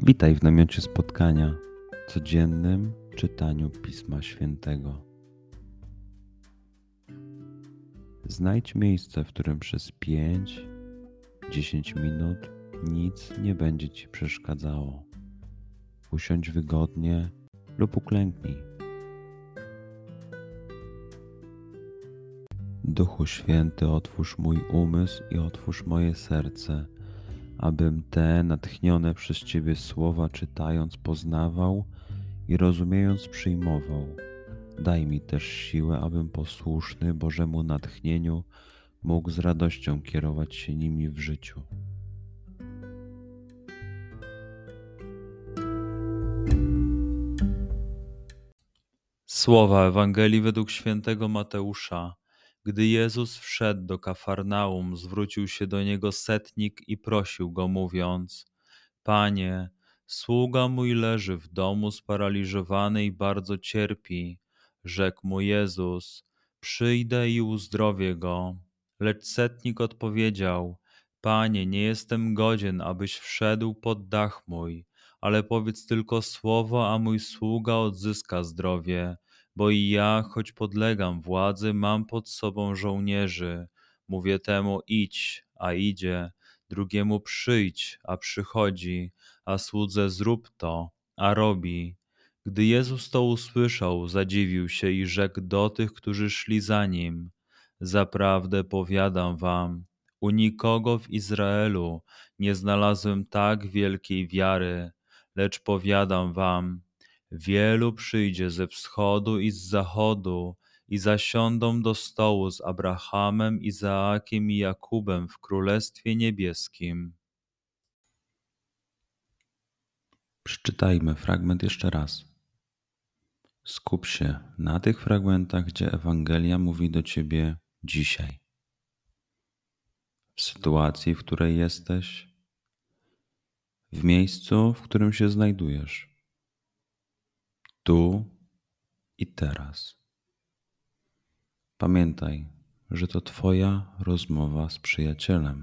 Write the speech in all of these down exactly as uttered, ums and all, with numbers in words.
Witaj w namiocie spotkania, codziennym czytaniu Pisma Świętego. Znajdź miejsce, w którym przez pięć do dziesięciu minut nic nie będzie Ci przeszkadzało. Usiądź wygodnie lub uklęknij. Duchu Święty, otwórz mój umysł i otwórz moje serce, abym te natchnione przez Ciebie słowa czytając poznawał i rozumiejąc przyjmował. Daj mi też siłę, abym posłuszny Bożemu natchnieniu mógł z radością kierować się nimi w życiu. Słowa Ewangelii według świętego Mateusza. Gdy Jezus wszedł do Kafarnaum, zwrócił się do niego setnik i prosił go, mówiąc: Panie, sługa mój leży w domu sparaliżowany i bardzo cierpi. Rzekł mu Jezus: Przyjdę i uzdrowię go. Lecz setnik odpowiedział: Panie, nie jestem godzien, abyś wszedł pod dach mój, ale powiedz tylko słowo, a mój sługa odzyska zdrowie. Bo i ja, choć podlegam władzy, mam pod sobą żołnierzy. Mówię temu: idź, a idzie, drugiemu przyjdź, a przychodzi, a słudze: zrób to, a robi. Gdy Jezus to usłyszał, zadziwił się i rzekł do tych, którzy szli za nim: Zaprawdę powiadam wam, u nikogo w Izraelu nie znalazłem tak wielkiej wiary, lecz powiadam wam, wielu przyjdzie ze wschodu i z zachodu i zasiądą do stołu z Abrahamem, Izaakiem i Jakubem w Królestwie Niebieskim. Przeczytajmy fragment jeszcze raz. Skup się na tych fragmentach, gdzie Ewangelia mówi do Ciebie dzisiaj. W sytuacji, w której jesteś, w miejscu, w którym się znajdujesz, tu i teraz. Pamiętaj, że to Twoja rozmowa z przyjacielem.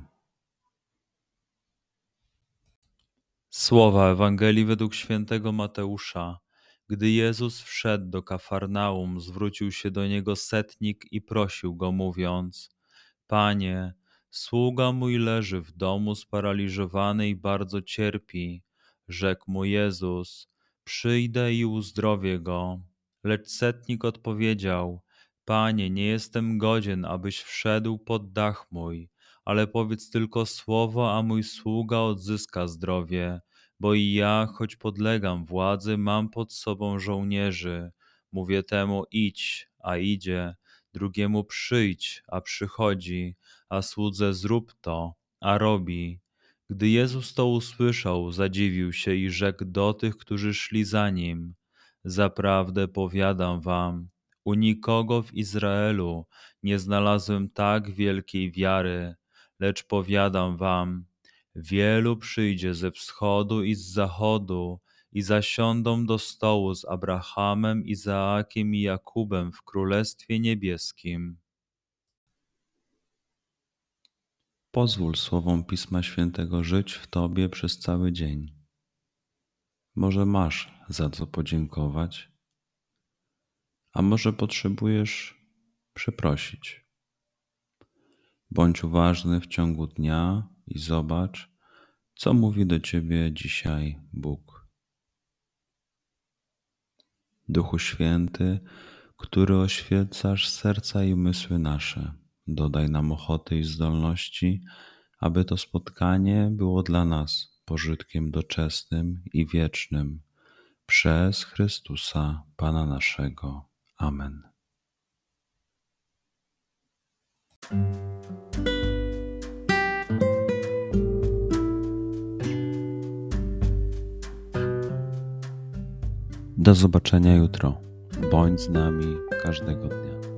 Słowa Ewangelii według świętego Mateusza. Gdy Jezus wszedł do Kafarnaum, zwrócił się do niego setnik i prosił go, mówiąc: Panie, sługa mój leży w domu sparaliżowany i bardzo cierpi. Rzekł mu Jezus: Przyjdę i uzdrowię go. Lecz setnik odpowiedział: Panie, nie jestem godzien, abyś wszedł pod dach mój, ale powiedz tylko słowo, a mój sługa odzyska zdrowie. Bo i ja, choć podlegam władzy, mam pod sobą żołnierzy. Mówię temu: idź, a idzie, drugiemu przyjdź, a przychodzi, a słudze: zrób to, a robi. Gdy Jezus to usłyszał, zadziwił się i rzekł do tych, którzy szli za nim: Zaprawdę powiadam wam, u nikogo w Izraelu nie znalazłem tak wielkiej wiary, lecz powiadam wam, wielu przyjdzie ze wschodu i z zachodu i zasiądą do stołu z Abrahamem, Izaakiem i Jakubem w Królestwie Niebieskim. Pozwól słowom Pisma Świętego żyć w Tobie przez cały dzień. Może masz za co podziękować, a może potrzebujesz przeprosić. Bądź uważny w ciągu dnia i zobacz, co mówi do Ciebie dzisiaj Bóg. Duchu Święty, który oświecasz serca i umysły nasze, dodaj nam ochoty i zdolności, aby to spotkanie było dla nas pożytkiem doczesnym i wiecznym. Przez Chrystusa, Pana naszego. Amen. Do zobaczenia jutro. Bądź z nami każdego dnia.